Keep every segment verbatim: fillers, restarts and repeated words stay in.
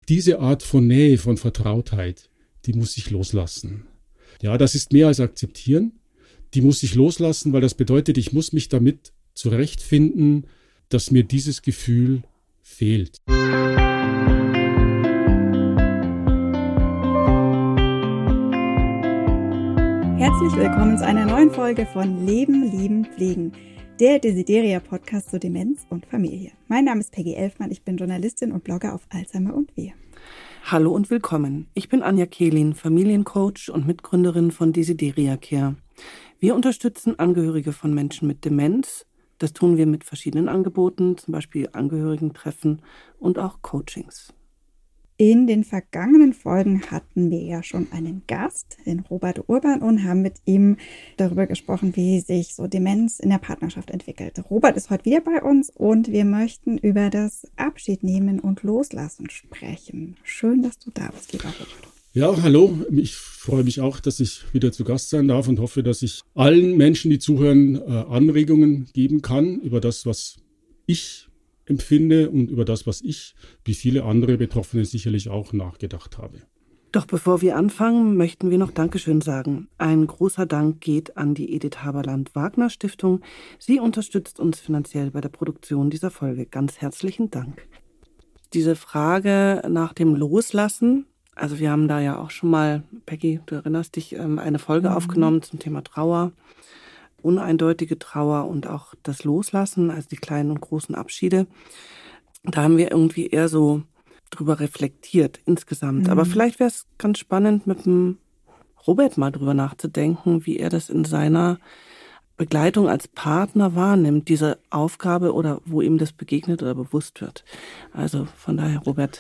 Diese Art von Nähe, von Vertrautheit, die muss ich loslassen. Ja, das ist mehr als akzeptieren. Die muss ich loslassen, weil das bedeutet, ich muss mich damit zurechtfinden, dass mir dieses Gefühl fehlt. Herzlich willkommen zu einer neuen Folge von Leben, Lieben, Pflegen, der Desideria-Podcast zu Demenz und Familie. Mein Name ist Peggy Elfmann, ich bin Journalistin und Blogger auf Alzheimer und Wir. Hallo und willkommen. Ich bin Anja Kehlin, Familiencoach und Mitgründerin von Desideria Care. Wir unterstützen Angehörige von Menschen mit Demenz. Das tun wir mit verschiedenen Angeboten, zum Beispiel Angehörigentreffen und auch Coachings. In den vergangenen Folgen hatten wir ja schon einen Gast, den Robert Urban, und haben mit ihm darüber gesprochen, wie sich so Demenz in der Partnerschaft entwickelt. Robert ist heute wieder bei uns und wir möchten über das Abschiednehmen und Loslassen sprechen. Schön, dass du da bist, lieber Robert. Ja, hallo. Ich freue mich auch, dass ich wieder zu Gast sein darf und hoffe, dass ich allen Menschen, die zuhören, Anregungen geben kann über das, was ich empfinde und über das, was ich, wie viele andere Betroffene sicherlich auch nachgedacht habe. Doch bevor wir anfangen, möchten wir noch Dankeschön sagen. Ein großer Dank geht an die Edith Haberland-Wagner-Stiftung. Sie unterstützt uns finanziell bei der Produktion dieser Folge. Ganz herzlichen Dank. Diese Frage nach dem Loslassen, also wir haben da ja auch schon mal, Peggy, du erinnerst dich, eine Folge mhm. aufgenommen zum Thema Trauer. Uneindeutige Trauer und auch das Loslassen, also die kleinen und großen Abschiede. Da haben wir irgendwie eher so drüber reflektiert insgesamt. Mhm. Aber vielleicht wäre es ganz spannend, mit dem Robert mal drüber nachzudenken, wie er das in seiner Begleitung als Partner wahrnimmt, diese Aufgabe, oder wo ihm das begegnet oder bewusst wird. Also von daher, Robert,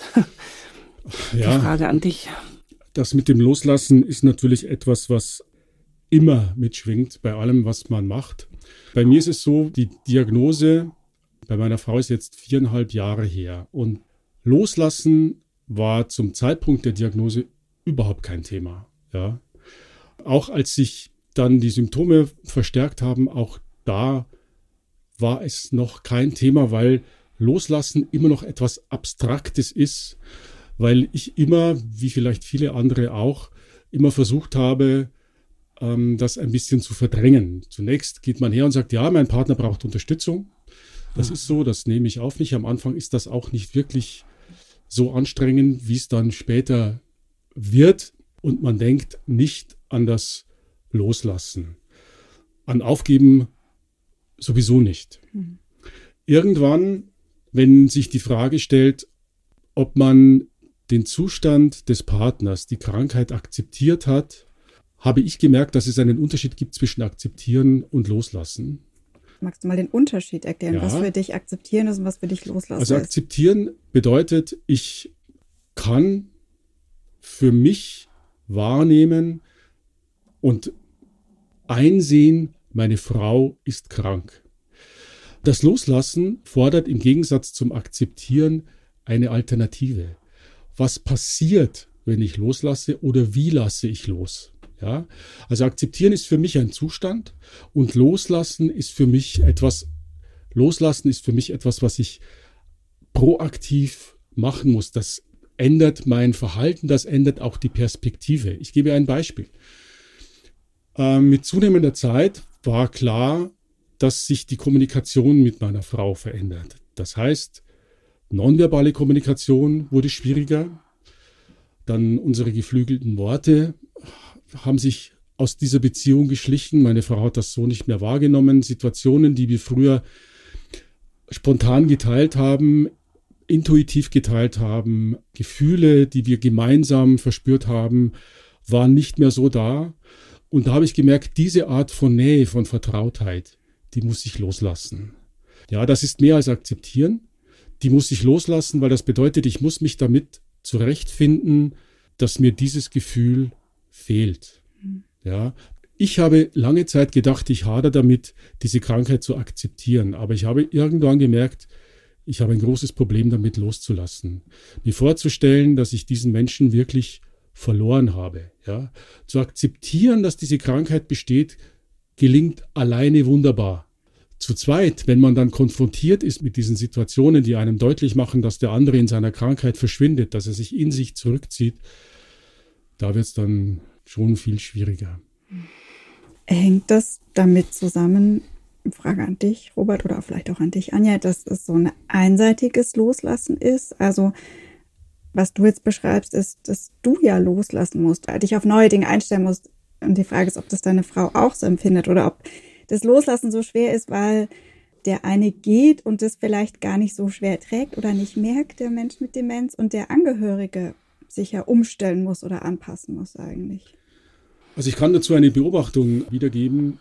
ja, die Frage an dich. Das mit dem Loslassen ist natürlich etwas, was immer mitschwingt bei allem, was man macht. Bei mir ist es so, die Diagnose bei meiner Frau ist jetzt viereinhalb Jahre her. Und Loslassen war zum Zeitpunkt der Diagnose überhaupt kein Thema. Ja. Auch als sich dann die Symptome verstärkt haben, auch da war es noch kein Thema, weil Loslassen immer noch etwas Abstraktes ist, weil ich immer, wie vielleicht viele andere auch, immer versucht habe, das ein bisschen zu verdrängen. Zunächst geht man her und sagt, ja, mein Partner braucht Unterstützung. Das ist so, das nehme ich auf mich. Am Anfang ist das auch nicht wirklich so anstrengend, wie es dann später wird. Und man denkt nicht an das Loslassen. An Aufgeben sowieso nicht. Mhm. Irgendwann, wenn sich die Frage stellt, ob man den Zustand des Partners, die Krankheit akzeptiert hat, habe ich gemerkt, dass es einen Unterschied gibt zwischen akzeptieren und loslassen. Magst du mal den Unterschied erklären, ja, was für dich akzeptieren ist und was für dich loslassen also ist? Also akzeptieren bedeutet, ich kann für mich wahrnehmen und einsehen, meine Frau ist krank. Das Loslassen fordert im Gegensatz zum Akzeptieren eine Alternative. Was passiert, wenn ich loslasse, oder wie lasse ich los? Ja, also akzeptieren ist für mich ein Zustand und loslassen ist für mich etwas, loslassen ist für mich etwas, was ich proaktiv machen muss. Das ändert mein Verhalten, das ändert auch die Perspektive. Ich gebe ein Beispiel. Äh, mit zunehmender Zeit war klar, dass sich die Kommunikation mit meiner Frau verändert. Das heißt, nonverbale Kommunikation wurde schwieriger, dann unsere geflügelten Worte haben sich aus dieser Beziehung geschlichen. Meine Frau hat das so nicht mehr wahrgenommen. Situationen, die wir früher spontan geteilt haben, intuitiv geteilt haben, Gefühle, die wir gemeinsam verspürt haben, waren nicht mehr so da. Und da habe ich gemerkt, diese Art von Nähe, von Vertrautheit, die muss ich loslassen. Ja, das ist mehr als akzeptieren. Die muss ich loslassen, weil das bedeutet, ich muss mich damit zurechtfinden, dass mir dieses Gefühl fehlt. Ja, ich habe lange Zeit gedacht, ich hadere damit, diese Krankheit zu akzeptieren. Aber ich habe irgendwann gemerkt, ich habe ein großes Problem damit loszulassen. Mir vorzustellen, dass ich diesen Menschen wirklich verloren habe. Ja, zu akzeptieren, dass diese Krankheit besteht, gelingt alleine wunderbar. zu zweit, wenn man dann konfrontiert ist mit diesen Situationen, die einem deutlich machen, dass der andere in seiner Krankheit verschwindet, dass er sich in sich zurückzieht, da wird es dann schon viel schwieriger. Hängt das damit zusammen, Frage an dich, Robert, oder vielleicht auch an dich, Anja, dass es so ein einseitiges Loslassen ist? Also was du jetzt beschreibst, ist, dass du ja loslassen musst, dich auf neue Dinge einstellen musst. Und die Frage ist, ob das deine Frau auch so empfindet oder ob das Loslassen so schwer ist, weil der eine geht und das vielleicht gar nicht so schwer trägt oder nicht merkt, der Mensch mit Demenz, und der Angehörige sich ja umstellen muss oder anpassen muss eigentlich. Also ich kann dazu eine Beobachtung wiedergeben.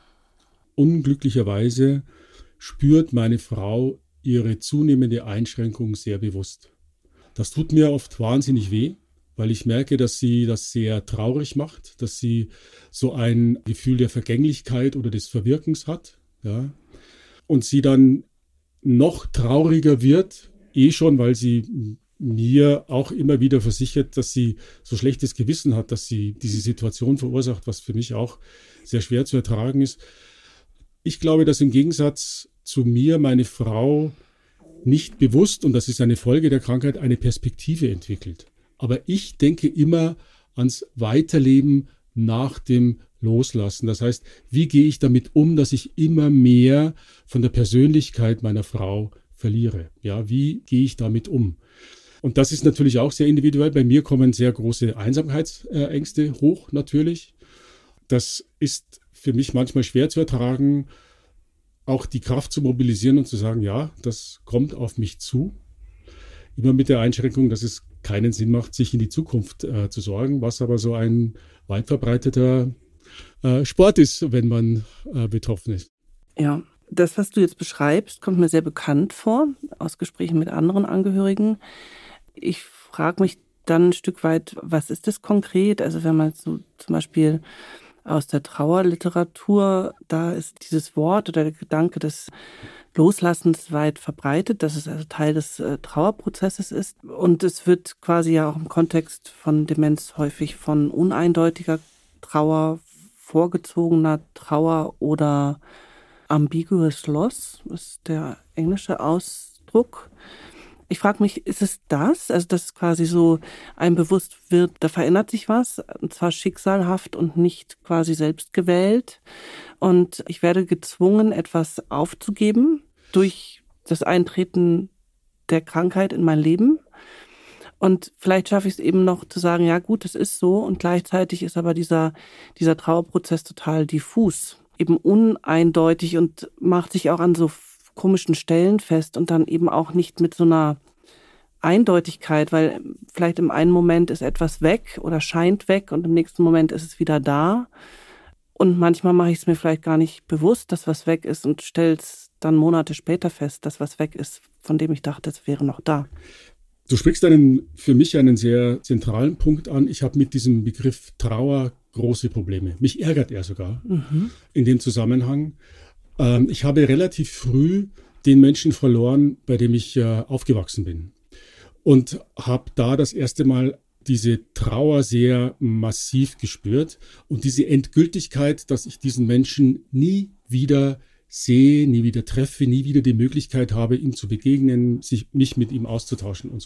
Unglücklicherweise spürt meine Frau ihre zunehmende Einschränkung sehr bewusst. Das tut mir oft wahnsinnig weh, weil ich merke, dass sie das sehr traurig macht, dass sie so ein Gefühl der Vergänglichkeit oder des Verwirkens hat, ja. Und sie dann noch trauriger wird, eh schon, weil sie mir auch immer wieder versichert, dass sie so schlechtes Gewissen hat, dass sie diese Situation verursacht, was für mich auch sehr schwer zu ertragen ist. Ich glaube, dass im Gegensatz zu mir meine Frau nicht bewusst, und das ist eine Folge der Krankheit, eine Perspektive entwickelt. Aber ich denke immer ans Weiterleben nach dem Loslassen. Das heißt, wie gehe ich damit um, dass ich immer mehr von der Persönlichkeit meiner Frau verliere? Ja, wie gehe ich damit um? Und das ist natürlich auch sehr individuell. Bei mir kommen sehr große Einsamkeitsängste hoch, natürlich. Das ist für mich manchmal schwer zu ertragen, auch die Kraft zu mobilisieren und zu sagen, ja, das kommt auf mich zu. Immer mit der Einschränkung, dass es keinen Sinn macht, sich in die Zukunft äh, zu sorgen, was aber so ein weit verbreiteter äh, Sport ist, wenn man äh, betroffen ist. Ja, das, was du jetzt beschreibst, kommt mir sehr bekannt vor, aus Gesprächen mit anderen Angehörigen. Ich frage mich dann ein Stück weit, was ist das konkret? Also wenn man so zum Beispiel aus der Trauerliteratur, da ist dieses Wort oder der Gedanke des Loslassens weit verbreitet, dass es also Teil des äh, Trauerprozesses ist. Und es wird quasi ja auch im Kontext von Demenz häufig von uneindeutiger Trauer, vorgezogener Trauer oder ambiguous loss, ist der englische Ausdruck. Ich frage mich, ist es das? Also, dass es quasi so einem bewusst wird, da verändert sich was, und zwar schicksalhaft und nicht quasi selbst gewählt. Und ich werde gezwungen, etwas aufzugeben durch das Eintreten der Krankheit in mein Leben. Und vielleicht schaffe ich es eben noch zu sagen, ja gut, es ist so. Und gleichzeitig ist aber dieser, dieser Trauerprozess total diffus, eben uneindeutig und macht sich auch an so komischen Stellen fest und dann eben auch nicht mit so einer Eindeutigkeit, weil vielleicht im einen Moment ist etwas weg oder scheint weg und im nächsten Moment ist es wieder da. Und manchmal mache ich es mir vielleicht gar nicht bewusst, dass was weg ist, und stelle es dann Monate später fest, dass was weg ist, von dem ich dachte, es wäre noch da. Du sprichst einen, für mich einen sehr zentralen Punkt an. Ich habe mit diesem Begriff Trauer große Probleme. Mich ärgert er sogar mhm. in dem Zusammenhang. Ähm, ich habe relativ früh den Menschen verloren, bei dem ich äh, aufgewachsen bin. Und habe da das erste Mal diese Trauer sehr massiv gespürt und diese Endgültigkeit, dass ich diesen Menschen nie wieder sehe, nie wieder treffe, nie wieder die Möglichkeit habe, ihm zu begegnen, sich, mich mit ihm auszutauschen und so.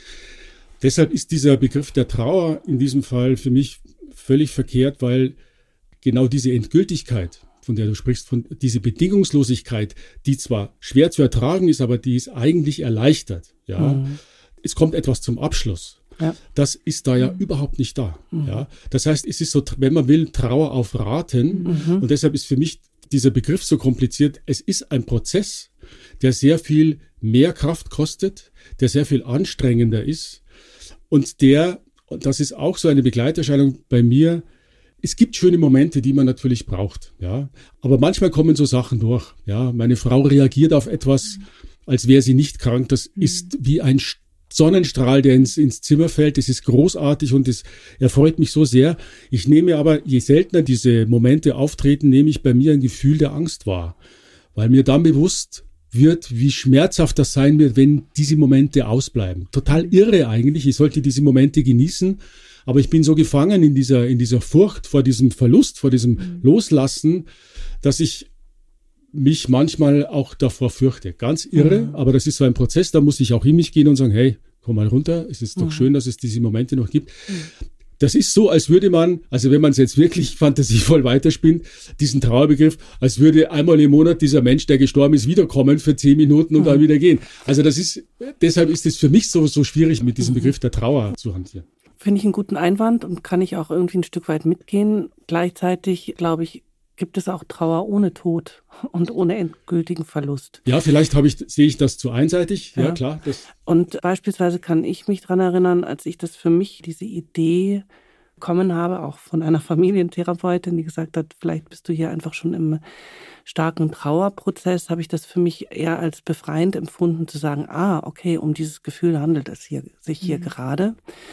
Deshalb ist dieser Begriff der Trauer in diesem Fall für mich völlig verkehrt, weil genau diese Endgültigkeit, von der du sprichst, von diese Bedingungslosigkeit, die zwar schwer zu ertragen ist, aber die ist eigentlich erleichtert. Ja, mhm. Es kommt etwas zum Abschluss. Ja. Das ist da ja mhm. überhaupt nicht da. Mhm. Ja, das heißt, es ist so, wenn man will, Trauer auf Raten. Mhm. Und deshalb ist für mich dieser Begriff so kompliziert. Es ist ein Prozess, der sehr viel mehr Kraft kostet, der sehr viel anstrengender ist und der, und das ist auch so eine Begleiterscheinung bei mir, es gibt schöne Momente, die man natürlich braucht, ja, aber manchmal kommen so Sachen durch, ja, meine Frau reagiert auf etwas, als wäre sie nicht krank, das ist wie ein Sonnenstrahl, der ins, ins Zimmer fällt, das ist großartig und das erfreut mich so sehr. Ich nehme aber, je seltener diese Momente auftreten, nehme ich bei mir ein Gefühl der Angst wahr, weil mir dann bewusst wird, wie schmerzhaft das sein wird, wenn diese Momente ausbleiben. Total irre eigentlich, ich sollte diese Momente genießen, aber ich bin so gefangen in dieser, in dieser Furcht vor diesem Verlust, vor diesem Loslassen, dass ich mich manchmal auch davor fürchte. Ganz irre, mhm. aber das ist so ein Prozess, da muss ich auch in mich gehen und sagen, hey, komm mal runter, es ist doch mhm. schön, dass es diese Momente noch gibt. Mhm. Das ist so, als würde man, also wenn man es jetzt wirklich fantasievoll weiterspinnt, diesen Trauerbegriff, als würde einmal im Monat dieser Mensch, der gestorben ist, wiederkommen für zehn Minuten und mhm. dann wieder gehen. Also das ist, deshalb ist es für mich so, so schwierig, mit diesem Begriff der Trauer zu hantieren. Finde ich einen guten Einwand und kann ich auch irgendwie ein Stück weit mitgehen. Gleichzeitig, glaube ich, gibt es auch Trauer ohne Tod und ohne endgültigen Verlust. Ja, vielleicht habe ich, sehe ich das zu einseitig. Ja, ja klar. Das und beispielsweise kann ich mich daran erinnern, als ich das für mich, diese Idee bekommen habe, auch von einer Familientherapeutin, die gesagt hat, vielleicht bist du hier einfach schon im starken Trauerprozess, habe ich das für mich eher als befreiend empfunden, zu sagen, ah, okay, um dieses Gefühl handelt es hier, sich hier mhm. gerade.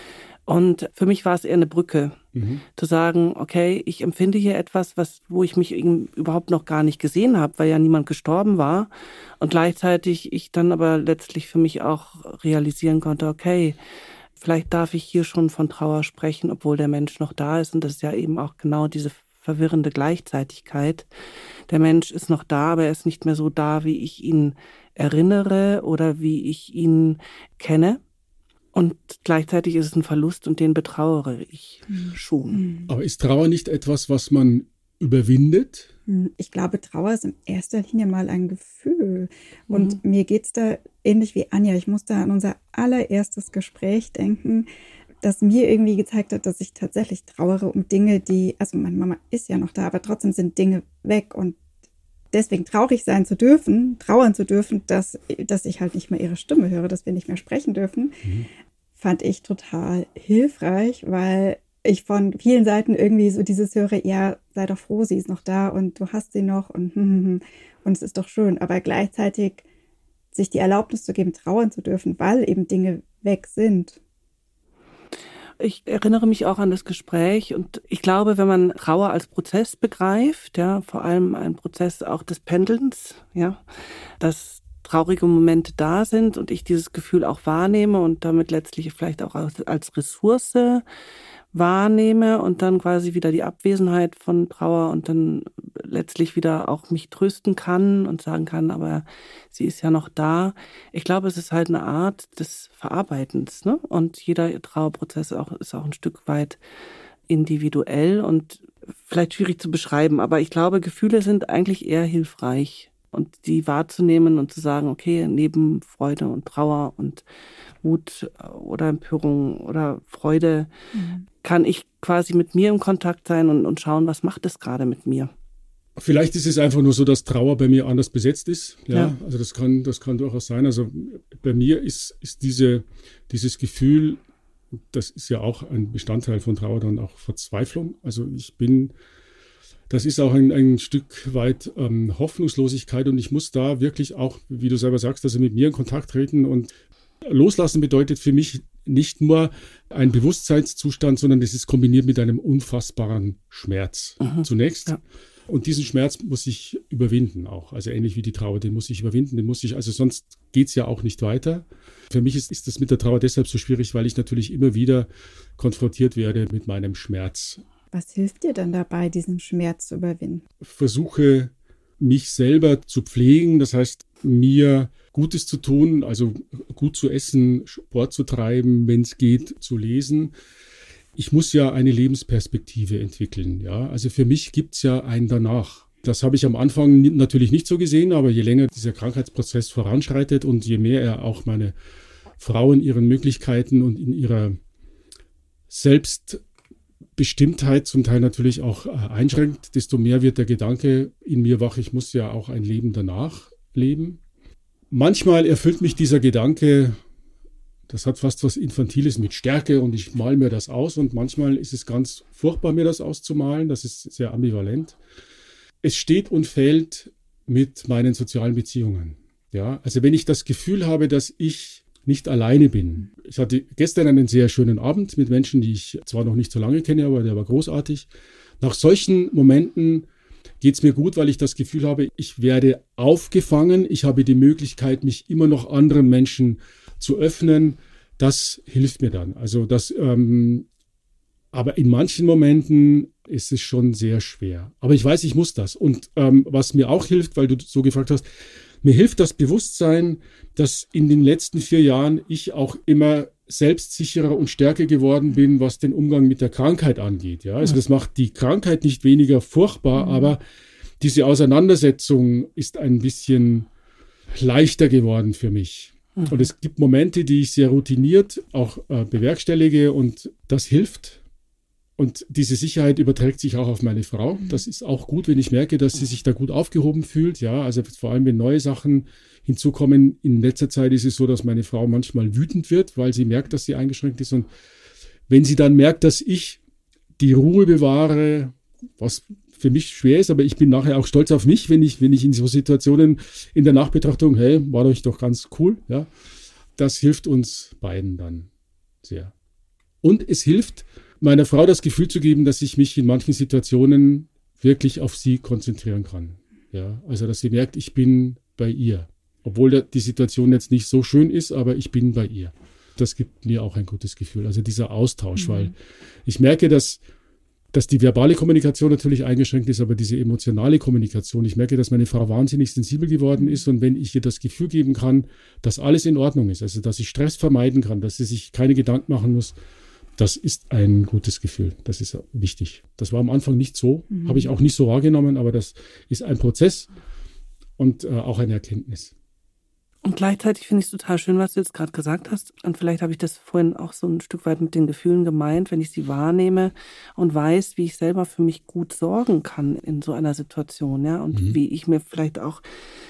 Und für mich war es eher eine Brücke, mhm. zu sagen, okay, ich empfinde hier etwas, was, wo ich mich überhaupt noch gar nicht gesehen habe, weil ja niemand gestorben war. Und gleichzeitig ich dann aber letztlich für mich auch realisieren konnte, okay, vielleicht darf ich hier schon von Trauer sprechen, obwohl der Mensch noch da ist. Und das ist ja eben auch genau diese verwirrende Gleichzeitigkeit. Der Mensch ist noch da, aber er ist nicht mehr so da, wie ich ihn erinnere oder wie ich ihn kenne. Und gleichzeitig ist es ein Verlust und den betrauere ich schon. Aber ist Trauer nicht etwas, was man überwindet? Ich glaube, Trauer ist in erster Linie mal ein Gefühl. Und mhm. mir geht es da ähnlich wie Anja. Ich muss da an unser allererstes Gespräch denken, das mir irgendwie gezeigt hat, dass ich tatsächlich trauere um Dinge, die, also meine Mama ist ja noch da, aber trotzdem sind Dinge weg. Und deswegen traurig sein zu dürfen, trauern zu dürfen, dass, dass ich halt nicht mehr ihre Stimme höre, dass wir nicht mehr sprechen dürfen, mhm. fand ich total hilfreich, weil ich von vielen Seiten irgendwie so dieses höre, ja, sei doch froh, sie ist noch da und du hast sie noch und, und es ist doch schön. Aber gleichzeitig sich die Erlaubnis zu geben, trauern zu dürfen, weil eben Dinge weg sind. Ich erinnere mich auch an das Gespräch und ich glaube, wenn man Trauer als Prozess begreift, ja, vor allem ein Prozess auch des Pendelns, ja, dass traurige Momente da sind und ich dieses Gefühl auch wahrnehme und damit letztlich vielleicht auch als, als Ressource wahrnehme und dann quasi wieder die Abwesenheit von Trauer und dann letztlich wieder auch mich trösten kann und sagen kann, aber sie ist ja noch da. Ich glaube, es ist halt eine Art des Verarbeitens, ne? Und jeder Trauerprozess auch, ist auch ein Stück weit individuell und vielleicht schwierig zu beschreiben, aber ich glaube, Gefühle sind eigentlich eher hilfreich. Und die wahrzunehmen und zu sagen, okay, neben Freude und Trauer und Wut oder Empörung oder Freude mhm. kann ich quasi mit mir im Kontakt sein und, und schauen, was macht es gerade mit mir. Vielleicht ist es einfach nur so, dass Trauer bei mir anders besetzt ist. Ja, ja. Also das kann, das kann durchaus sein. Also bei mir ist, ist diese, dieses Gefühl, das ist ja auch ein Bestandteil von Trauer, dann auch Verzweiflung. Also ich bin... Das ist auch ein, ein Stück weit ähm, Hoffnungslosigkeit und ich muss da wirklich auch, wie du selber sagst, also mit mir in Kontakt treten und loslassen bedeutet für mich nicht nur ein Bewusstseinszustand, sondern das ist kombiniert mit einem unfassbaren Schmerz mhm. zunächst. Ja. Und diesen Schmerz muss ich überwinden auch, also ähnlich wie die Trauer, den muss ich überwinden, den muss ich, also sonst geht's ja auch nicht weiter. Für mich ist, ist das mit der Trauer deshalb so schwierig, weil ich natürlich immer wieder konfrontiert werde mit meinem Schmerz. Was hilft dir dann dabei, diesen Schmerz zu überwinden? Versuche, mich selber zu pflegen, das heißt, mir Gutes zu tun, also gut zu essen, Sport zu treiben, wenn es geht, zu lesen. Ich muss ja eine Lebensperspektive entwickeln. Ja? Also für mich gibt es ja ein Danach. Das habe ich am Anfang natürlich nicht so gesehen, aber je länger dieser Krankheitsprozess voranschreitet und je mehr er auch meine Frau in ihren Möglichkeiten und in ihrer Selbst Bestimmtheit zum Teil natürlich auch äh, einschränkt, desto mehr wird der Gedanke in mir wach, ich muss ja auch ein Leben danach leben. Manchmal erfüllt mich dieser Gedanke, das hat fast was Infantiles mit Stärke und ich male mir das aus und manchmal ist es ganz furchtbar, mir das auszumalen, das ist sehr ambivalent. Es steht und fällt mit meinen sozialen Beziehungen. Ja, also wenn ich das Gefühl habe, dass ich nicht alleine bin. Ich hatte gestern einen sehr schönen Abend mit Menschen, die ich zwar noch nicht so lange kenne, aber der war großartig. Nach solchen Momenten geht es mir gut, weil ich das Gefühl habe, ich werde aufgefangen. Ich habe die Möglichkeit, mich immer noch anderen Menschen zu öffnen. Das hilft mir dann. Also das ähm, Aber in manchen Momenten ist es schon sehr schwer. Aber ich weiß, ich muss das. Und ähm, was mir auch hilft, weil du so gefragt hast, mir hilft das Bewusstsein, dass in den letzten vier Jahren ich auch immer selbstsicherer und stärker geworden bin, was den Umgang mit der Krankheit angeht. Ja, also das macht die Krankheit nicht weniger furchtbar, mhm. aber diese Auseinandersetzung ist ein bisschen leichter geworden für mich. Mhm. Und es gibt Momente, die ich sehr routiniert auch äh, bewerkstellige und das hilft. Und diese Sicherheit überträgt sich auch auf meine Frau. Das ist auch gut, wenn ich merke, dass sie sich da gut aufgehoben fühlt. Ja, also vor allem, wenn neue Sachen hinzukommen. In letzter Zeit ist es so, dass meine Frau manchmal wütend wird, weil sie merkt, dass sie eingeschränkt ist. Und wenn sie dann merkt, dass ich die Ruhe bewahre, was für mich schwer ist, aber ich bin nachher auch stolz auf mich, wenn ich, wenn ich in so Situationen in der Nachbetrachtung, hey, war doch doch ganz cool. Ja, das hilft uns beiden dann sehr. Und es hilft, meiner Frau das Gefühl zu geben, dass ich mich in manchen Situationen wirklich auf sie konzentrieren kann. Ja, also, dass sie merkt, ich bin bei ihr. Obwohl die Situation jetzt nicht so schön ist, aber ich bin bei ihr. Das gibt mir auch ein gutes Gefühl. Also dieser Austausch, mhm. weil ich merke, dass, dass die verbale Kommunikation natürlich eingeschränkt ist, aber diese emotionale Kommunikation, ich merke, dass meine Frau wahnsinnig sensibel geworden ist und wenn ich ihr das Gefühl geben kann, dass alles in Ordnung ist, also dass ich Stress vermeiden kann, dass sie sich keine Gedanken machen muss, das ist ein gutes Gefühl. Das ist wichtig. Das war am Anfang nicht so, mhm. habe ich auch nicht so wahrgenommen, aber das ist ein Prozess und äh, auch eine Erkenntnis. Und gleichzeitig finde ich es total schön, was du jetzt gerade gesagt hast. Und vielleicht habe ich das vorhin auch so ein Stück weit mit den Gefühlen gemeint, wenn ich sie wahrnehme und weiß, wie ich selber für mich gut sorgen kann in so einer Situation, ja, und mhm. wie ich mir vielleicht auch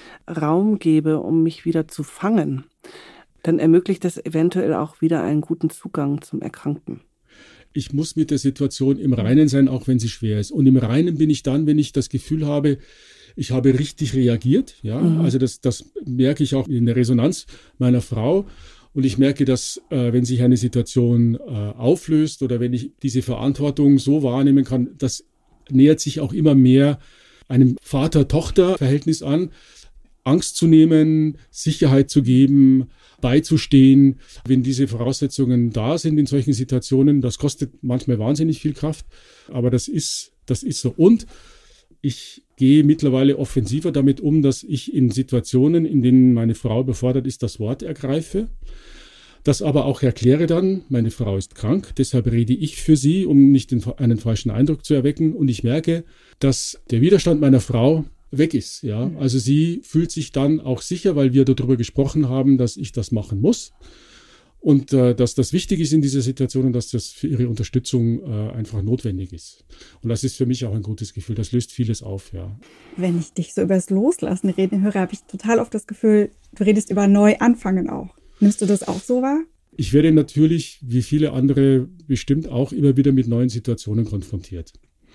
Raum gebe, um mich wieder zu fangen. Dann ermöglicht das eventuell auch wieder einen guten Zugang zum Erkrankten. Ich muss mit der Situation im Reinen sein, auch wenn sie schwer ist. Und im Reinen bin ich dann, wenn ich das Gefühl habe, ich habe richtig reagiert. Ja, mhm. also das, das merke ich auch in der Resonanz meiner Frau. Und ich merke, dass äh, wenn sich eine Situation äh, auflöst oder wenn ich diese Verantwortung so wahrnehmen kann, das nähert sich auch immer mehr einem Vater-Tochter-Verhältnis an. Angst zu nehmen, Sicherheit zu geben, beizustehen, wenn diese Voraussetzungen da sind in solchen Situationen. Das kostet manchmal wahnsinnig viel Kraft, aber das ist, das ist so. Und ich gehe mittlerweile offensiver damit um, dass ich in Situationen, in denen meine Frau überfordert ist, das Wort ergreife. Das aber auch erkläre dann, meine Frau ist krank, deshalb rede ich für sie, um nicht den, einen falschen Eindruck zu erwecken. Und ich merke, dass der Widerstand meiner Frau weg ist. Ja, also sie fühlt sich dann auch sicher, weil wir darüber gesprochen haben, dass ich das machen muss und äh, dass das wichtig ist in dieser Situation und dass das für ihre Unterstützung äh, einfach notwendig ist. Und das ist für mich auch ein gutes Gefühl. Das löst vieles auf. Ja. Wenn ich dich so über das Loslassen reden höre, habe ich total oft das Gefühl, du redest über Neuanfangen auch. Nimmst du das auch so wahr? Ich werde natürlich, wie viele andere bestimmt, auch immer wieder mit neuen Situationen konfrontiert.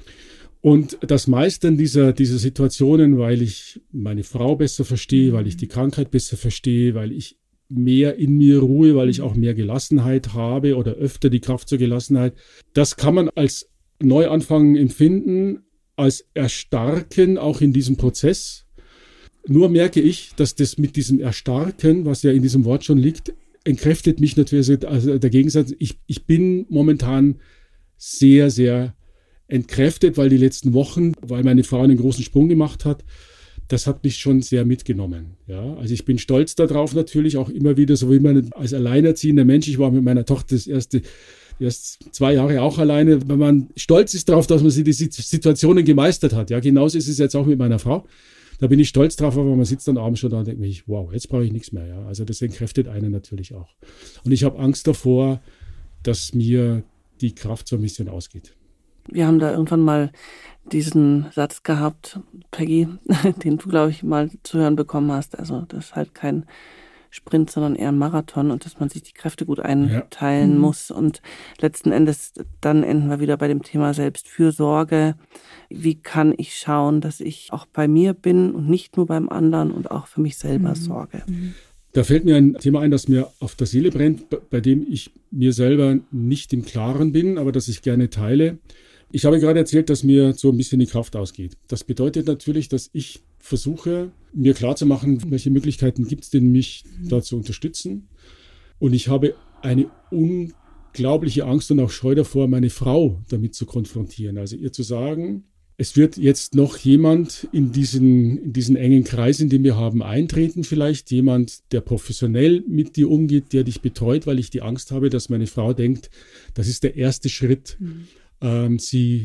Und das Meistern dieser, dieser Situationen, weil ich meine Frau besser verstehe, weil ich die Krankheit besser verstehe, weil ich mehr in mir ruhe, weil ich auch mehr Gelassenheit habe oder öfter die Kraft zur Gelassenheit, das kann man als Neuanfang empfinden, als Erstarken auch in diesem Prozess. Nur merke ich, dass das mit diesem Erstarken, was ja in diesem Wort schon liegt, entkräftet mich natürlich, also der Gegensatz, ich, ich bin momentan sehr, sehr entkräftet, weil die letzten Wochen, weil meine Frau einen großen Sprung gemacht hat, das hat mich schon sehr mitgenommen. Ja, also ich bin stolz darauf natürlich auch immer wieder, so wie man als alleinerziehender Mensch, ich war mit meiner Tochter das erste, erst zwei Jahre auch alleine, wenn man stolz ist darauf, dass man sie die Situationen gemeistert hat. Ja, genauso ist es jetzt auch mit meiner Frau. Da bin ich stolz drauf, aber man sitzt dann abends schon da und denkt mich, wow, jetzt brauche ich nichts mehr. Ja, also das entkräftet einen natürlich auch. Und ich habe Angst davor, dass mir die Kraft so ein bisschen ausgeht. Wir haben da irgendwann mal diesen Satz gehabt, Peggy, den du, glaube ich, mal zu hören bekommen hast. Also das ist halt kein Sprint, sondern eher ein Marathon und dass man sich die Kräfte gut einteilen ja. muss. Und letzten Endes, dann enden wir wieder bei dem Thema Selbstfürsorge. Wie kann ich schauen, dass ich auch bei mir bin und nicht nur beim anderen und auch für mich selber mhm. sorge? Da fällt mir ein Thema ein, das mir auf der Seele brennt, bei dem ich mir selber nicht im Klaren bin, aber das ich gerne teile. Ich habe gerade erzählt, dass mir so ein bisschen die Kraft ausgeht. Das bedeutet natürlich, dass ich versuche, mir klarzumachen, welche Möglichkeiten gibt es denn, mich da zu unterstützen. Und ich habe eine unglaubliche Angst und auch Scheu davor, meine Frau damit zu konfrontieren. Also ihr zu sagen, es wird jetzt noch jemand in diesen, in diesen engen Kreis, in den wir haben, eintreten vielleicht. Jemand, der professionell mit dir umgeht, der dich betreut, weil ich die Angst habe, dass meine Frau denkt, das ist der erste Schritt, mhm. ähm, sie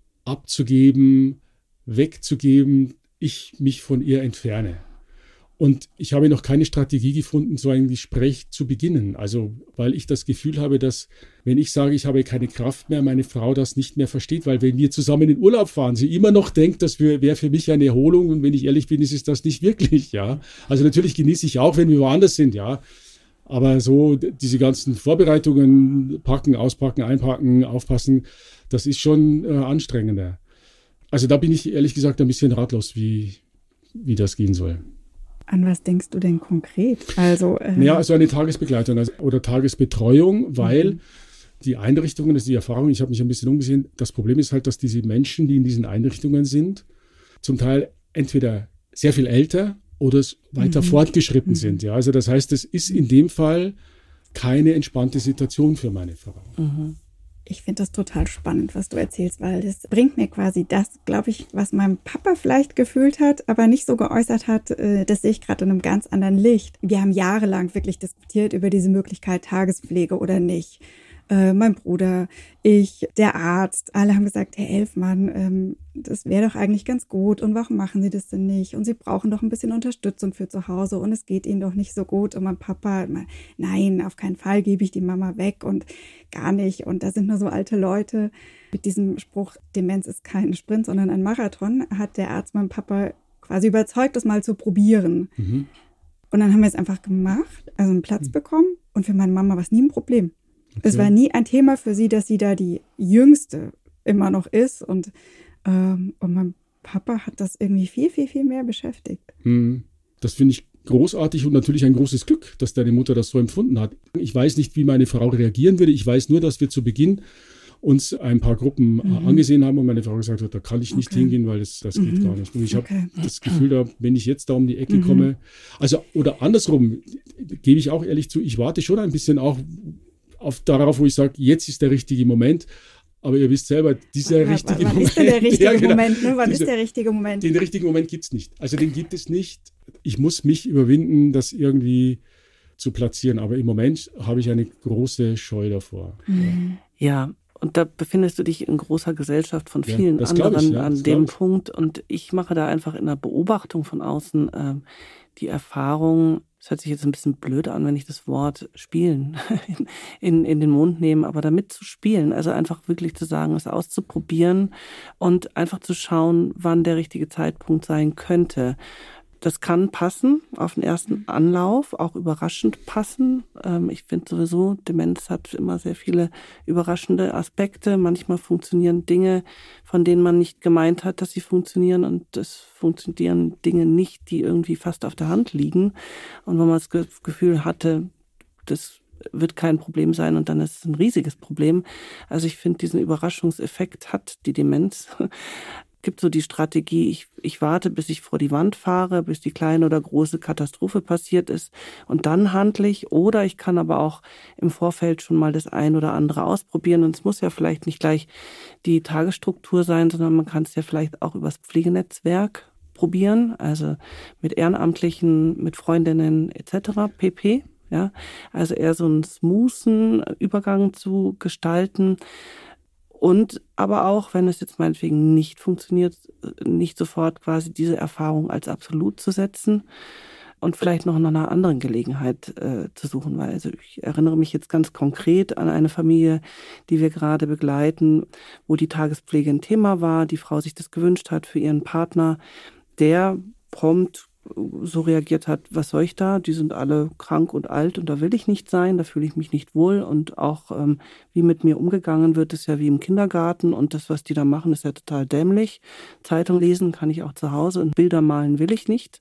abzugeben, wegzugeben, ich mich von ihr entferne. Und ich habe noch keine Strategie gefunden, so ein Gespräch zu beginnen. Also, weil ich das Gefühl habe, dass, wenn ich sage, ich habe keine Kraft mehr, meine Frau das nicht mehr versteht. Weil wenn wir zusammen in Urlaub fahren, sie immer noch denkt, das wäre für mich eine Erholung. Und wenn ich ehrlich bin, ist es das nicht wirklich, ja. Also natürlich genieße ich auch, wenn wir woanders sind, ja. Aber so diese ganzen Vorbereitungen, packen, auspacken, einpacken, aufpassen, das ist schon äh, anstrengender. Also da bin ich ehrlich gesagt ein bisschen ratlos, wie, wie das gehen soll. An was denkst du denn konkret? Also, ähm ja, also eine Tagesbegleitung also, oder Tagesbetreuung, weil mhm. die Einrichtungen, das ist die Erfahrung, ich habe mich ein bisschen umgesehen, das Problem ist halt, dass diese Menschen, die in diesen Einrichtungen sind, zum Teil entweder sehr viel älter oder weiter mhm. fortgeschritten mhm. sind. Ja, also das heißt, es ist in dem Fall keine entspannte Situation für meine Frau. Mhm. Ich finde das total spannend, was du erzählst, weil das bringt mir quasi das, glaube ich, was mein Papa vielleicht gefühlt hat, aber nicht so geäußert hat. Das sehe ich gerade in einem ganz anderen Licht. Wir haben jahrelang wirklich diskutiert über diese Möglichkeit Tagespflege oder nicht. Äh, mein Bruder, ich, der Arzt, alle haben gesagt, Herr Elfmann, ähm, das wäre doch eigentlich ganz gut und warum machen Sie das denn nicht? Und Sie brauchen doch ein bisschen Unterstützung für zu Hause und es geht Ihnen doch nicht so gut. Und mein Papa, nein, auf keinen Fall gebe ich die Mama weg und gar nicht. Und da sind nur so alte Leute. Mit diesem Spruch, Demenz ist kein Sprint, sondern ein Marathon, hat der Arzt meinen Papa quasi überzeugt, das mal zu probieren. Mhm. Und dann haben wir es einfach gemacht, also einen Platz mhm. bekommen und für meine Mama war es nie ein Problem. Okay. Es war nie ein Thema für sie, dass sie da die Jüngste immer noch ist. Und, ähm, und mein Papa hat das irgendwie viel, viel, viel mehr beschäftigt. Das finde ich großartig und natürlich ein großes Glück, dass deine Mutter das so empfunden hat. Ich weiß nicht, wie meine Frau reagieren würde. Ich weiß nur, dass wir zu Beginn uns ein paar Gruppen mhm. angesehen haben und meine Frau gesagt hat, da kann ich nicht okay. hingehen, weil das, das geht mhm. gar nicht. Und ich okay. habe das Gefühl, da, wenn ich jetzt da um die Ecke mhm. komme, also oder andersrum, gebe ich auch ehrlich zu, ich warte schon ein bisschen auch auf darauf, wo ich sage, jetzt ist der richtige Moment. Aber ihr wisst selber, dieser wann, richtige wann Moment. Ist denn der richtige ja, genau, Moment ne? Wann diese, ist der richtige Moment? Den richtigen Moment gibt es nicht. Also den gibt es nicht. Ich muss mich überwinden, das irgendwie zu platzieren. Aber im Moment habe ich eine große Scheu davor. Mhm. Ja, und da befindest du dich in großer Gesellschaft von vielen ja, anderen ich, ja, an dem Punkt. Und ich mache da einfach in der Beobachtung von außen äh, die Erfahrung, es hört sich jetzt ein bisschen blöd an, wenn ich das Wort spielen in, in, in den Mund nehme, aber damit zu spielen, also einfach wirklich zu sagen, es auszuprobieren und einfach zu schauen, wann der richtige Zeitpunkt sein könnte. Das kann passen, auf den ersten Anlauf, auch überraschend passen. Ich finde sowieso, Demenz hat immer sehr viele überraschende Aspekte. Manchmal funktionieren Dinge, von denen man nicht gemeint hat, dass sie funktionieren. Und es funktionieren Dinge nicht, die irgendwie fast auf der Hand liegen. Und wenn man das Gefühl hatte, das wird kein Problem sein und dann ist es ein riesiges Problem. Also ich finde, diesen Überraschungseffekt hat die Demenz. Gibt so die Strategie, ich, ich warte, bis ich vor die Wand fahre, bis die kleine oder große Katastrophe passiert ist und dann handle ich. Oder ich kann aber auch im Vorfeld schon mal das ein oder andere ausprobieren. Und es muss ja vielleicht nicht gleich die Tagesstruktur sein, sondern man kann es ja vielleicht auch übers Pflegenetzwerk probieren, also mit Ehrenamtlichen, mit Freundinnen et cetera pp. Ja, also eher so einen smoothen Übergang zu gestalten. Und aber auch, wenn es jetzt meinetwegen nicht funktioniert, nicht sofort quasi diese Erfahrung als absolut zu setzen und vielleicht noch nach einer anderen Gelegenheit äh, zu suchen. Weil also ich erinnere mich jetzt ganz konkret an eine Familie, die wir gerade begleiten, wo die Tagespflege ein Thema war, die Frau sich das gewünscht hat für ihren Partner, der prompt so reagiert hat, was soll ich da? Die sind alle krank und alt und da will ich nicht sein, da fühle ich mich nicht wohl und auch ähm, wie mit mir umgegangen wird, ist ja wie im Kindergarten und das, was die da machen, ist ja total dämlich. Zeitung lesen kann ich auch zu Hause und Bilder malen will ich nicht.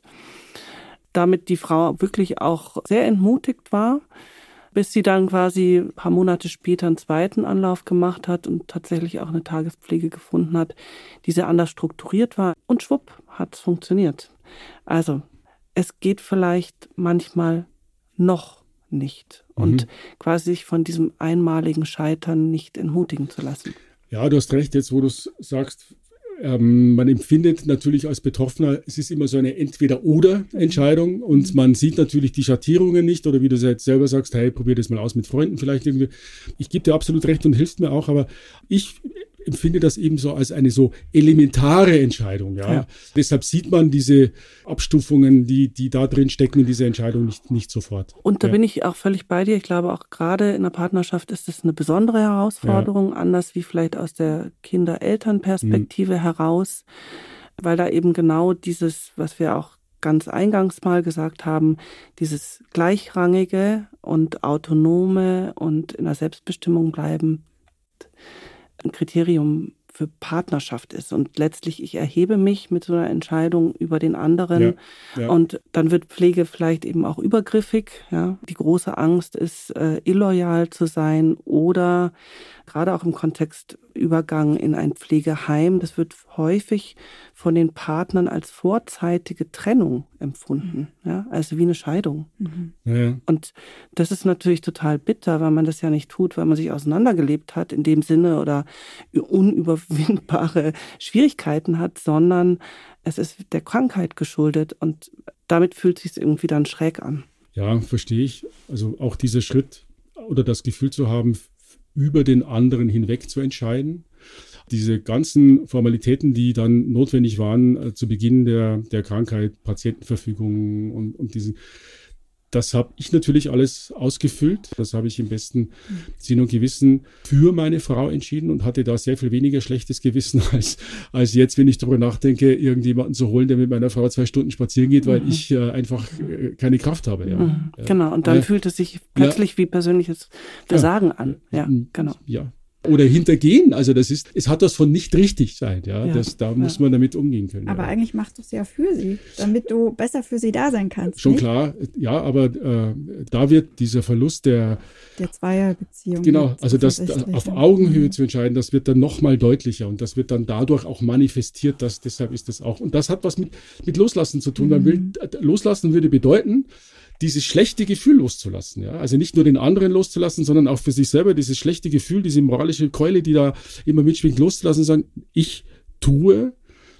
Damit die Frau wirklich auch sehr entmutigt war, bis sie dann quasi ein paar Monate später einen zweiten Anlauf gemacht hat und tatsächlich auch eine Tagespflege gefunden hat, die sehr anders strukturiert war und schwupp, hat es funktioniert. Also, es geht vielleicht manchmal noch nicht. Und mhm. quasi sich von diesem einmaligen Scheitern nicht entmutigen zu lassen. Ja, du hast recht, jetzt wo du es sagst, ähm, man empfindet natürlich als Betroffener, es ist immer so eine Entweder-Oder-Entscheidung und man sieht natürlich die Schattierungen nicht oder wie du jetzt selber sagst, hey, probier das mal aus mit Freunden vielleicht irgendwie. Ich gebe dir absolut recht und hilfst mir auch, aber ich empfinde das eben so als eine so elementare Entscheidung. Ja? Ja. Deshalb sieht man diese Abstufungen, die, die da drin stecken in dieser Entscheidung nicht, nicht sofort. Und da ja. bin ich auch völlig bei dir. Ich glaube, auch gerade in der Partnerschaft ist das eine besondere Herausforderung, ja. anders wie vielleicht aus der Kinder-Eltern-Perspektive mhm. heraus, weil da eben genau dieses, was wir auch ganz eingangs mal gesagt haben, dieses gleichrangige und autonome und in der Selbstbestimmung bleiben, ein Kriterium für Partnerschaft ist. Und letztlich, ich erhebe mich mit so einer Entscheidung über den anderen. Ja, ja. Und dann wird Pflege vielleicht eben auch übergriffig. Ja. Die große Angst ist, äh, illoyal zu sein oder gerade auch im Kontext Übergang in ein Pflegeheim. Das wird häufig von den Partnern als vorzeitige Trennung empfunden. Ja. Also wie eine Scheidung. Mhm. Ja. Und das ist natürlich total bitter, weil man das ja nicht tut, weil man sich auseinandergelebt hat in dem Sinne oder unüberwindbare Schwierigkeiten hat, sondern es ist der Krankheit geschuldet und damit fühlt es sich irgendwie dann schräg an. Ja, verstehe ich. Also auch dieser Schritt oder das Gefühl zu haben, über den anderen hinweg zu entscheiden. Diese ganzen Formalitäten, die dann notwendig waren äh, zu Beginn der, der Krankheit, Patientenverfügung und, und diesen, das habe ich natürlich alles ausgefüllt. Das habe ich im besten Sinn und Gewissen für meine Frau entschieden und hatte da sehr viel weniger schlechtes Gewissen als, als jetzt, wenn ich darüber nachdenke, irgendjemanden zu holen, der mit meiner Frau zwei Stunden spazieren geht, weil mhm. ich äh, einfach äh, keine Kraft habe. Ja. Mhm. Genau, und dann äh, fühlt es sich plötzlich ja. wie persönliches Versagen ja. an. Ja, genau. Ja. Oder hintergehen. Also das ist, es hat das von nicht richtig sein. Ja, ja. Das, da muss ja. man damit umgehen können. Aber ja. eigentlich machst du es ja für sie, damit du besser für sie da sein kannst. Schon nicht? Klar, ja, aber äh, da wird dieser Verlust der der Zweierbeziehung. Genau, also das auf Augenhöhe zu entscheiden, das wird dann nochmal deutlicher und das wird dann dadurch auch manifestiert, dass deshalb ist das auch. Und das hat was mit, mit Loslassen zu tun. Mhm. Man will, loslassen würde bedeuten, dieses schlechte Gefühl loszulassen. Ja? Also nicht nur den anderen loszulassen, sondern auch für sich selber dieses schlechte Gefühl, diese moralische Keule, die da immer mitschwingt, loszulassen und sagen, ich tue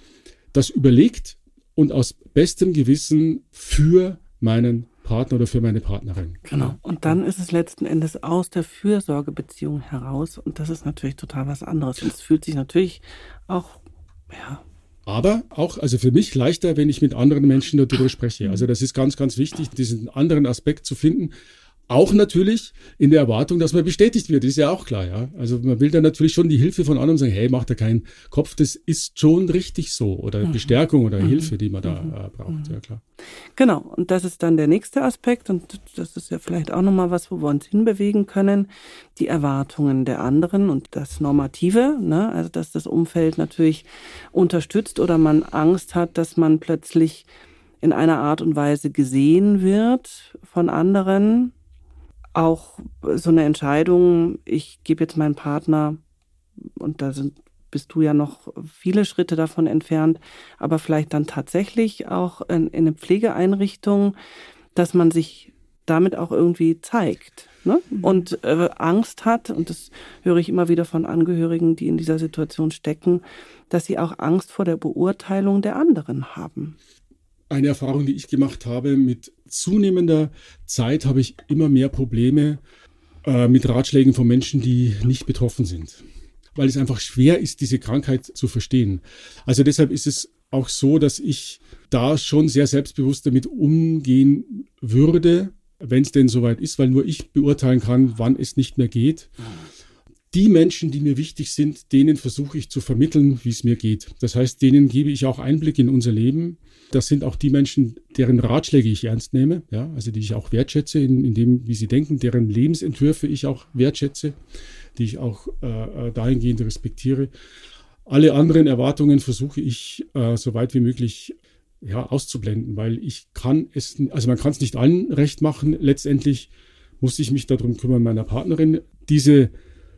das überlegt und aus bestem Gewissen für meinen Partner oder für meine Partnerin. Genau. Und dann ist es letzten Endes aus der Fürsorgebeziehung heraus und das ist natürlich total was anderes. Und es fühlt sich natürlich auch, ja, aber auch, also für mich leichter, wenn ich mit anderen Menschen darüber spreche. Also das ist ganz, ganz wichtig, diesen anderen Aspekt zu finden. Auch natürlich in der Erwartung, dass man bestätigt wird, ist ja auch klar, ja. Also man will dann natürlich schon die Hilfe von anderen sagen, hey, mach da keinen Kopf, das ist schon richtig so. Oder mhm. Bestärkung oder mhm. Hilfe, die man da mhm. äh, braucht, ja klar. Genau, und das ist dann der nächste Aspekt und das ist ja vielleicht auch nochmal was, wo wir uns hinbewegen können. Die Erwartungen der anderen und das Normative, ne? Also dass das Umfeld natürlich unterstützt oder man Angst hat, dass man plötzlich in einer Art und Weise gesehen wird von anderen. Auch so eine Entscheidung, ich gebe jetzt meinen Partner, und da sind, bist du ja noch viele Schritte davon entfernt, aber vielleicht dann tatsächlich auch in, in eine Pflegeeinrichtung, dass man sich damit auch irgendwie zeigt, ne? Mhm. Und äh, Angst hat, und das höre ich immer wieder von Angehörigen, die in dieser Situation stecken, dass sie auch Angst vor der Beurteilung der anderen haben. Eine Erfahrung, die ich gemacht habe, mit zunehmender Zeit habe ich immer mehr Probleme äh, mit Ratschlägen von Menschen, die nicht betroffen sind. Weil es einfach schwer ist, diese Krankheit zu verstehen. Also deshalb ist es auch so, dass ich da schon sehr selbstbewusst damit umgehen würde, wenn es denn soweit ist, weil nur ich beurteilen kann, wann es nicht mehr geht. Die Menschen, die mir wichtig sind, denen versuche ich zu vermitteln, wie es mir geht. Das heißt, denen gebe ich auch Einblick in unser Leben. Das sind auch die Menschen, deren Ratschläge ich ernst nehme, ja, also die ich auch wertschätze in, in dem, wie sie denken, deren Lebensentwürfe ich auch wertschätze, die ich auch äh, dahingehend respektiere. Alle anderen Erwartungen versuche ich äh, so weit wie möglich ja, auszublenden, weil ich kann es, also man kann es nicht allen recht machen. Letztendlich muss ich mich darum kümmern, meiner Partnerin diese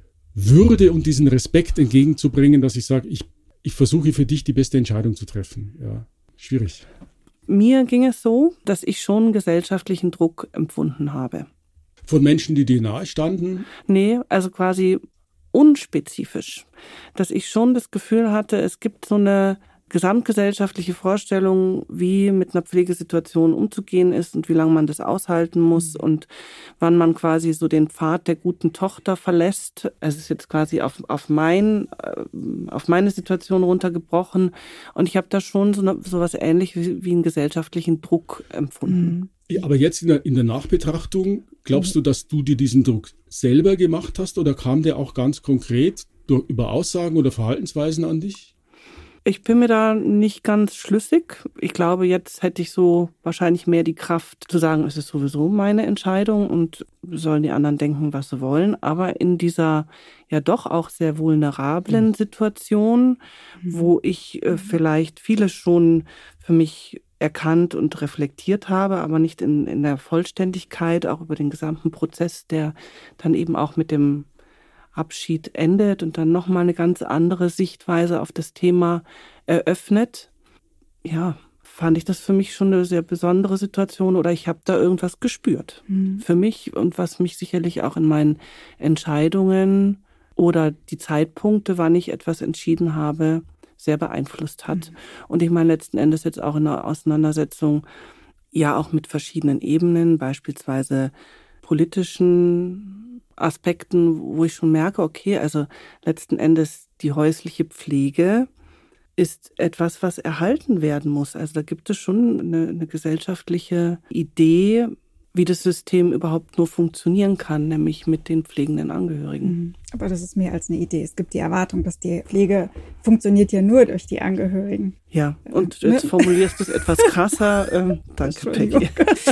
Würde und diesen Respekt entgegenzubringen, dass ich sage, ich, ich versuche für dich die beste Entscheidung zu treffen. Ja, schwierig. Mir ging es so, dass ich schon gesellschaftlichen Druck empfunden habe. Von Menschen, die dir nahe standen? Nee, also quasi unspezifisch. Dass ich schon das Gefühl hatte, es gibt so eine gesamtgesellschaftliche Vorstellung, wie mit einer Pflegesituation umzugehen ist und wie lange man das aushalten muss und wann man quasi so den Pfad der guten Tochter verlässt. Es ist jetzt quasi auf, auf, mein, auf meine Situation runtergebrochen und ich habe da schon so, eine, so was Ähnliches wie, wie einen gesellschaftlichen Druck empfunden. Ja, aber jetzt in der, in der Nachbetrachtung, glaubst du, dass du dir diesen Druck selber gemacht hast oder kam der auch ganz konkret durch, über Aussagen oder Verhaltensweisen an dich? Ich bin mir da nicht ganz schlüssig. Ich glaube, jetzt hätte ich so wahrscheinlich mehr die Kraft zu sagen, es ist sowieso meine Entscheidung und sollen die anderen denken, was sie wollen. Aber in dieser ja doch auch sehr vulnerablen Situation, wo ich äh, vielleicht vieles schon für mich erkannt und reflektiert habe, aber nicht in, in der Vollständigkeit, auch über den gesamten Prozess, der dann eben auch mit dem Abschied endet und dann nochmal eine ganz andere Sichtweise auf das Thema eröffnet. Ja, fand ich das für mich schon eine sehr besondere Situation oder ich habe da irgendwas gespürt. Mhm. Für mich und was mich sicherlich auch in meinen Entscheidungen oder die Zeitpunkte, wann ich etwas entschieden habe, sehr beeinflusst hat. Mhm. Und ich meine letzten Endes jetzt auch in der Auseinandersetzung ja auch mit verschiedenen Ebenen, beispielsweise politischen Aspekten, wo ich schon merke, okay, also letzten Endes die häusliche Pflege ist etwas, was erhalten werden muss. Also da gibt es schon eine, eine gesellschaftliche Idee, wie das System überhaupt nur funktionieren kann, nämlich mit den pflegenden Angehörigen. Aber das ist mehr als eine Idee. Es gibt die Erwartung, dass die Pflege funktioniert ja nur durch die Angehörigen. Ja, und jetzt formulierst du es etwas krasser. Ähm, danke, Peggy.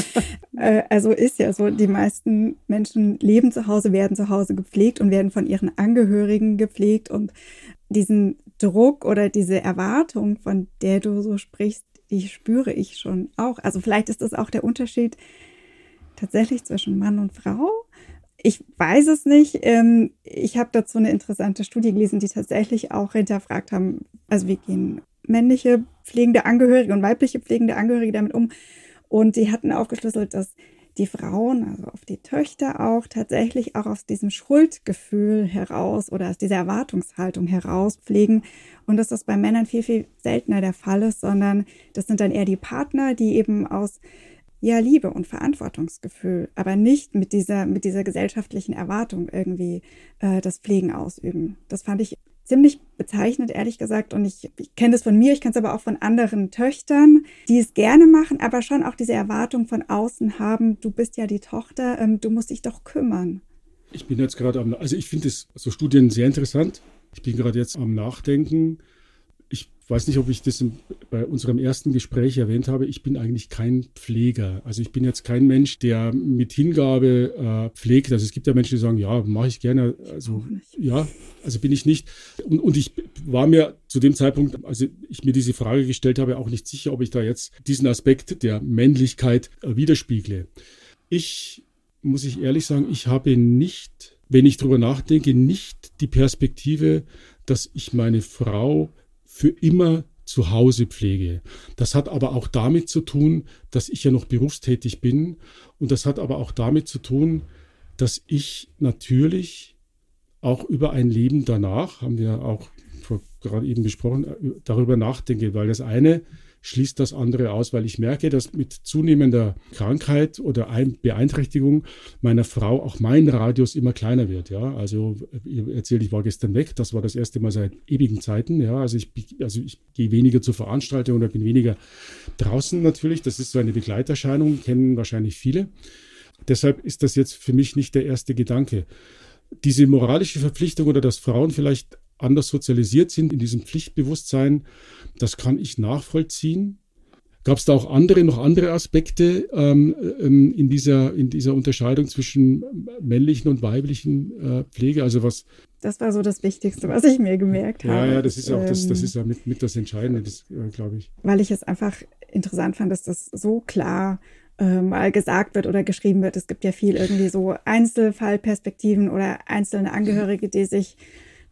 Also ist ja so, die meisten Menschen leben zu Hause, werden zu Hause gepflegt und werden von ihren Angehörigen gepflegt. Und diesen Druck oder diese Erwartung, von der du so sprichst, die spüre ich schon auch. Also vielleicht ist das auch der Unterschied tatsächlich zwischen Mann und Frau. Ich weiß es nicht. Ich habe dazu eine interessante Studie gelesen, die tatsächlich auch hinterfragt haben, also wie gehen männliche pflegende Angehörige und weibliche pflegende Angehörige damit um. Und die hatten aufgeschlüsselt, dass die Frauen, also auf die Töchter auch, tatsächlich auch aus diesem Schuldgefühl heraus oder aus dieser Erwartungshaltung heraus pflegen und dass das bei Männern viel, viel seltener der Fall ist, sondern das sind dann eher die Partner, die eben aus ja, Liebe und Verantwortungsgefühl, aber nicht mit dieser, mit dieser gesellschaftlichen Erwartung irgendwie äh, das Pflegen ausüben. Das fand ich ziemlich bezeichnend, ehrlich gesagt. Und ich, ich kenne das von mir, ich kenne es aber auch von anderen Töchtern, die es gerne machen, aber schon auch diese Erwartung von außen haben, du bist ja die Tochter, ähm, du musst dich doch kümmern. Ich bin jetzt gerade am, also ich finde so Studien sehr interessant. Ich bin gerade jetzt am Nachdenken. Ich weiß nicht, ob ich das bei unserem ersten Gespräch erwähnt habe. Ich bin eigentlich kein Pfleger. Also ich bin jetzt kein Mensch, der mit Hingabe äh, pflegt. Also es gibt ja Menschen, die sagen, ja, mache ich gerne. Also ja, also bin ich nicht. Und, und ich war mir zu dem Zeitpunkt, also ich mir diese Frage gestellt habe, auch nicht sicher, ob ich da jetzt diesen Aspekt der Männlichkeit äh, widerspiegle. Ich, muss ich ehrlich sagen, ich habe nicht, wenn ich drüber nachdenke, nicht die Perspektive, dass ich meine Frau für immer zu Hause pflege. Das hat aber auch damit zu tun, dass ich ja noch berufstätig bin. Und das hat aber auch damit zu tun, dass ich natürlich auch über ein Leben danach, haben wir auch vor, gerade eben besprochen, darüber nachdenke, weil das eine schließt das andere aus, weil ich merke, dass mit zunehmender Krankheit oder Beeinträchtigung meiner Frau auch mein Radius immer kleiner wird. Ja, also ich erzähle, ich war gestern weg, das war das erste Mal seit ewigen Zeiten. Ja, also ich, also ich gehe weniger zur Veranstaltung oder bin weniger draußen natürlich. Das ist so eine Begleiterscheinung, kennen wahrscheinlich viele. Deshalb ist das jetzt für mich nicht der erste Gedanke. Diese moralische Verpflichtung oder dass Frauen vielleicht anders sozialisiert sind in diesem Pflichtbewusstsein, das kann ich nachvollziehen. Gab es da auch andere, noch andere Aspekte ähm, ähm, in dieser, in dieser Unterscheidung zwischen männlichen und weiblichen äh, Pflege? Also was? Das war so das Wichtigste, was ich mir gemerkt ja, habe. Ja, ja, das ist auch das, das ist ja mit, mit das Entscheidende, das äh, glaube ich. Weil ich es einfach interessant fand, dass das so klar äh, mal gesagt wird oder geschrieben wird. Es gibt ja viel irgendwie so Einzelfallperspektiven oder einzelne Angehörige, die sich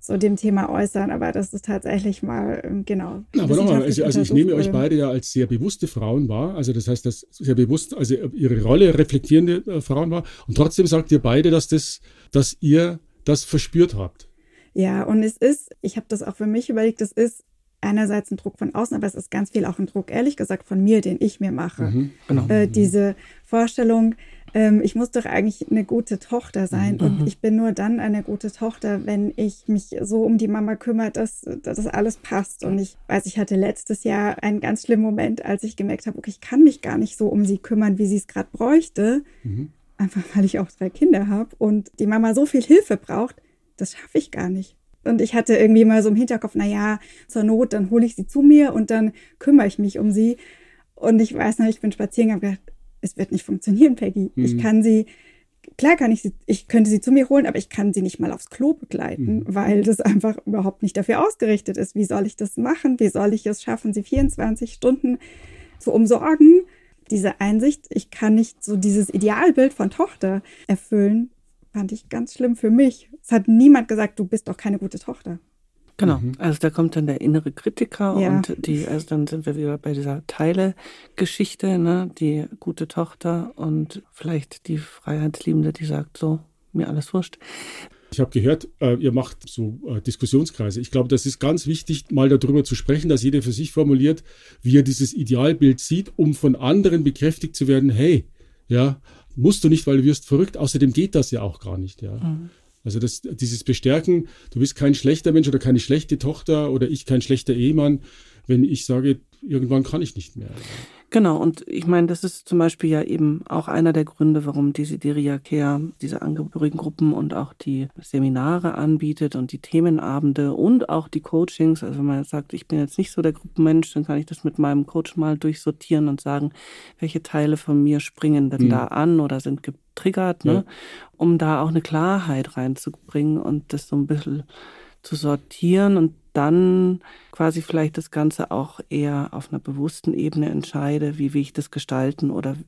so dem Thema äußern, aber das ist tatsächlich mal, ähm, genau. Aber nochmal, also, also ich nehme euch beide ja als sehr bewusste Frauen wahr, also das heißt, dass sehr bewusst, also ihre Rolle reflektierende äh, Frauen war und trotzdem sagt ihr beide, dass das, dass ihr das verspürt habt. Ja, und es ist, ich habe das auch für mich überlegt, es ist einerseits ein Druck von außen, aber es ist ganz viel auch ein Druck, ehrlich gesagt, von mir, den ich mir mache. Mhm, genau. Äh, diese Vorstellung, ähm, ich muss doch eigentlich eine gute Tochter sein mhm. und ich bin nur dann eine gute Tochter, wenn ich mich so um die Mama kümmere, dass, dass das alles passt. Und ich weiß, ich hatte letztes Jahr einen ganz schlimmen Moment, als ich gemerkt habe, okay, ich kann mich gar nicht so um sie kümmern, wie sie es gerade bräuchte. Mhm. Einfach, weil ich auch drei Kinder habe und die Mama so viel Hilfe braucht, das schaffe ich gar nicht. Und ich hatte irgendwie mal so im Hinterkopf, na ja, zur Not, dann hole ich sie zu mir und dann kümmere ich mich um sie. Und ich weiß noch, ich bin spazieren und habe gedacht, es wird nicht funktionieren, Peggy. Mhm. Ich kann sie, klar kann ich sie, ich könnte sie zu mir holen, aber ich kann sie nicht mal aufs Klo begleiten, mhm. weil das einfach überhaupt nicht dafür ausgerichtet ist. Wie soll ich das machen? Wie soll ich es schaffen, sie vierundzwanzig Stunden zu umsorgen? Diese Einsicht, ich kann nicht so dieses Idealbild von Tochter erfüllen, fand ich ganz schlimm für mich. Es hat niemand gesagt, du bist doch keine gute Tochter. Genau, also da kommt dann der innere Kritiker ja. und die, also dann sind wir wieder bei dieser Teile-Geschichte, ne, die gute Tochter und vielleicht die Freiheitsliebende, die sagt so, mir alles wurscht. Ich habe gehört, äh, ihr macht so äh, Diskussionskreise. Ich glaube, das ist ganz wichtig, mal darüber zu sprechen, dass jeder für sich formuliert, wie er dieses Idealbild sieht, um von anderen bekräftigt zu werden, hey, ja, musst du nicht, weil du wirst verrückt. Außerdem geht das ja auch gar nicht. Ja. Mhm. Also das, dieses Bestärken, du bist kein schlechter Mensch oder keine schlechte Tochter oder ich kein schlechter Ehemann, wenn ich sage, irgendwann kann ich nicht mehr. Genau, und ich meine, das ist zum Beispiel ja eben auch einer der Gründe, warum Desideria Care diese Angehörigengruppen und auch die Seminare anbietet und die Themenabende und auch die Coachings. Also wenn man sagt, ich bin jetzt nicht so der Gruppenmensch, dann kann ich das mit meinem Coach mal durchsortieren und sagen, welche Teile von mir springen denn mhm. da an oder sind getriggert, ne? Ja. Um da auch eine Klarheit reinzubringen und das so ein bisschen zu sortieren und dann quasi vielleicht das Ganze auch eher auf einer bewussten Ebene entscheide, wie will ich das gestalten oder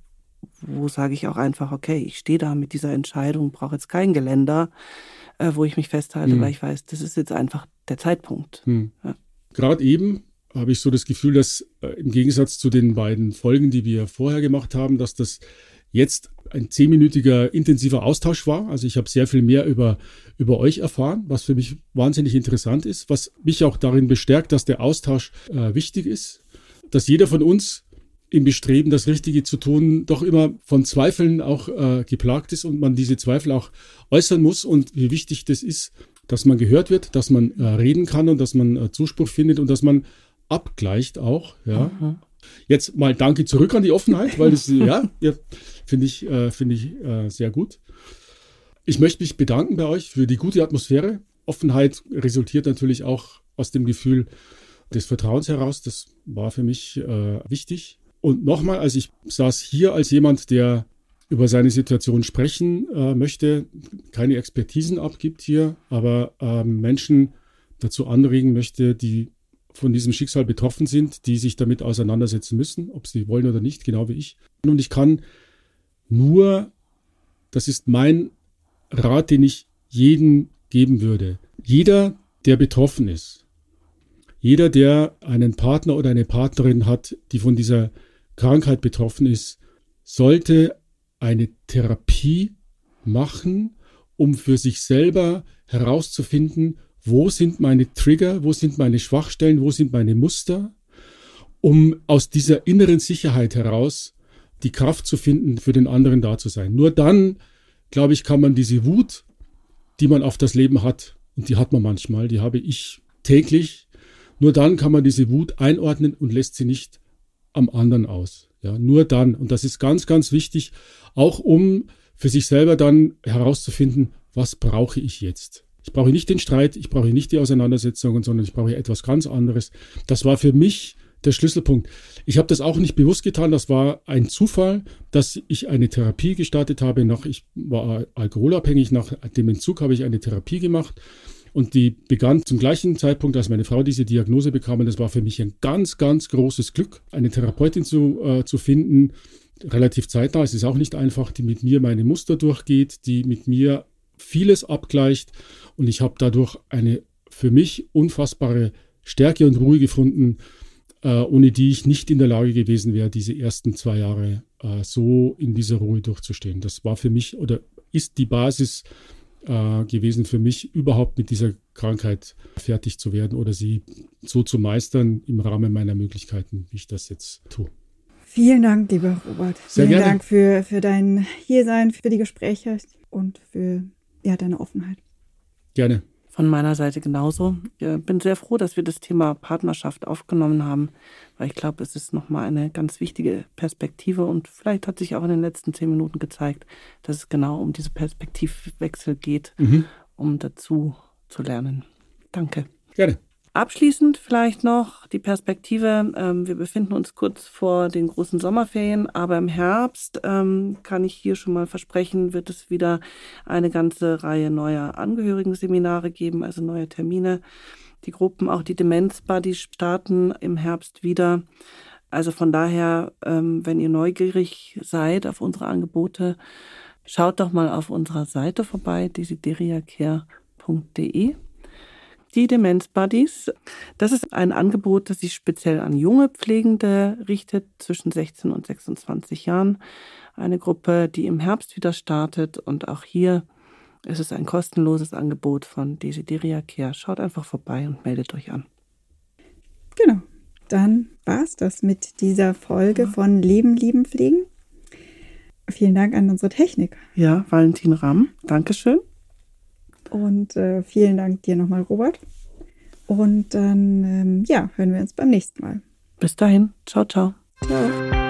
wo sage ich auch einfach, okay, ich stehe da mit dieser Entscheidung, brauche jetzt kein Geländer, äh, wo ich mich festhalte, hm. weil ich weiß, das ist jetzt einfach der Zeitpunkt. Hm. Ja. Gerade eben habe ich so das Gefühl, dass äh, im Gegensatz zu den beiden Folgen, die wir vorher gemacht haben, dass das jetzt ein zehnminütiger intensiver Austausch war. Also ich habe sehr viel mehr über, über euch erfahren, was für mich wahnsinnig interessant ist, was mich auch darin bestärkt, dass der Austausch äh, wichtig ist, dass jeder von uns im Bestreben, das Richtige zu tun, doch immer von Zweifeln auch äh, geplagt ist und man diese Zweifel auch äußern muss und wie wichtig das ist, dass man gehört wird, dass man äh, reden kann und dass man äh, Zuspruch findet und dass man abgleicht auch, ja. Mhm. Jetzt mal danke zurück an die Offenheit, weil das, ja, ja finde ich, äh, finde ich äh, sehr gut. Ich möchte mich bedanken bei euch für die gute Atmosphäre. Offenheit resultiert natürlich auch aus dem Gefühl des Vertrauens heraus. Das war für mich äh, wichtig. Und nochmal, also ich saß hier als jemand, der über seine Situation sprechen äh, möchte, keine Expertisen abgibt hier, aber äh, Menschen dazu anregen möchte, die von diesem Schicksal betroffen sind, die sich damit auseinandersetzen müssen, ob sie wollen oder nicht, genau wie ich. Und ich kann nur, das ist mein Rat, den ich jedem geben würde. Jeder, der betroffen ist, jeder, der einen Partner oder eine Partnerin hat, die von dieser Krankheit betroffen ist, sollte eine Therapie machen, um für sich selber herauszufinden, wo sind meine Trigger, wo sind meine Schwachstellen, wo sind meine Muster, um aus dieser inneren Sicherheit heraus die Kraft zu finden, für den anderen da zu sein. Nur dann, glaube ich, kann man diese Wut, die man auf das Leben hat, und die hat man manchmal, die habe ich täglich, nur dann kann man diese Wut einordnen und lässt sie nicht am anderen aus. Ja, nur dann. Und das ist ganz, ganz wichtig, auch um für sich selber dann herauszufinden, was brauche ich jetzt? Ich brauche nicht den Streit, ich brauche nicht die Auseinandersetzungen, sondern ich brauche etwas ganz anderes. Das war für mich der Schlüsselpunkt. Ich habe das auch nicht bewusst getan, das war ein Zufall, dass ich eine Therapie gestartet habe. Nach, ich war alkoholabhängig, nach dem Entzug habe ich eine Therapie gemacht und die begann zum gleichen Zeitpunkt, als meine Frau diese Diagnose bekam. Und das war für mich ein ganz, ganz großes Glück, eine Therapeutin zu, äh, zu finden, relativ zeitnah. Es ist auch nicht einfach, die mit mir meine Muster durchgeht, die mit mir vieles abgleicht und ich habe dadurch eine für mich unfassbare Stärke und Ruhe gefunden, äh, ohne die ich nicht in der Lage gewesen wäre, diese ersten zwei Jahre äh, so in dieser Ruhe durchzustehen. Das war für mich oder ist die Basis äh, gewesen für mich, überhaupt mit dieser Krankheit fertig zu werden oder sie so zu meistern im Rahmen meiner Möglichkeiten, wie ich das jetzt tue. Vielen Dank, lieber Robert. Sehr Vielen gerne. Dank für, für dein Hiersein, für die Gespräche und für ja, deine Offenheit. Gerne. Von meiner Seite genauso. Ich bin sehr froh, dass wir das Thema Partnerschaft aufgenommen haben, weil ich glaube, es ist nochmal eine ganz wichtige Perspektive und vielleicht hat sich auch in den letzten zehn Minuten gezeigt, dass es genau um diese Perspektivwechsel geht, Mhm. um dazu zu lernen. Danke. Gerne. Abschließend vielleicht noch die Perspektive. Ähm, wir befinden uns kurz vor den großen Sommerferien, aber im Herbst ähm, kann ich hier schon mal versprechen, wird es wieder eine ganze Reihe neuer Angehörigen-Seminare geben, also neue Termine. Die Gruppen, auch die Demenz-Buddies starten im Herbst wieder. Also von daher, ähm, wenn ihr neugierig seid auf unsere Angebote, schaut doch mal auf unserer Seite vorbei, desideriacare punkt de. Die Demenz-Buddies, das ist ein Angebot, das sich speziell an junge Pflegende richtet, zwischen sechzehn und sechsundzwanzig Jahren. Eine Gruppe, die im Herbst wieder startet und auch hier ist es ein kostenloses Angebot von Desideriacare. Schaut einfach vorbei und meldet euch an. Genau, dann war es das mit dieser Folge von Leben, Lieben, Pflegen. Vielen Dank an unsere Technik. Ja, Valentin Ramm, Dankeschön. Und äh, vielen Dank dir nochmal, Robert. Und dann, ähm, ja, hören wir uns beim nächsten Mal. Bis dahin. Ciao, ciao. Ciao.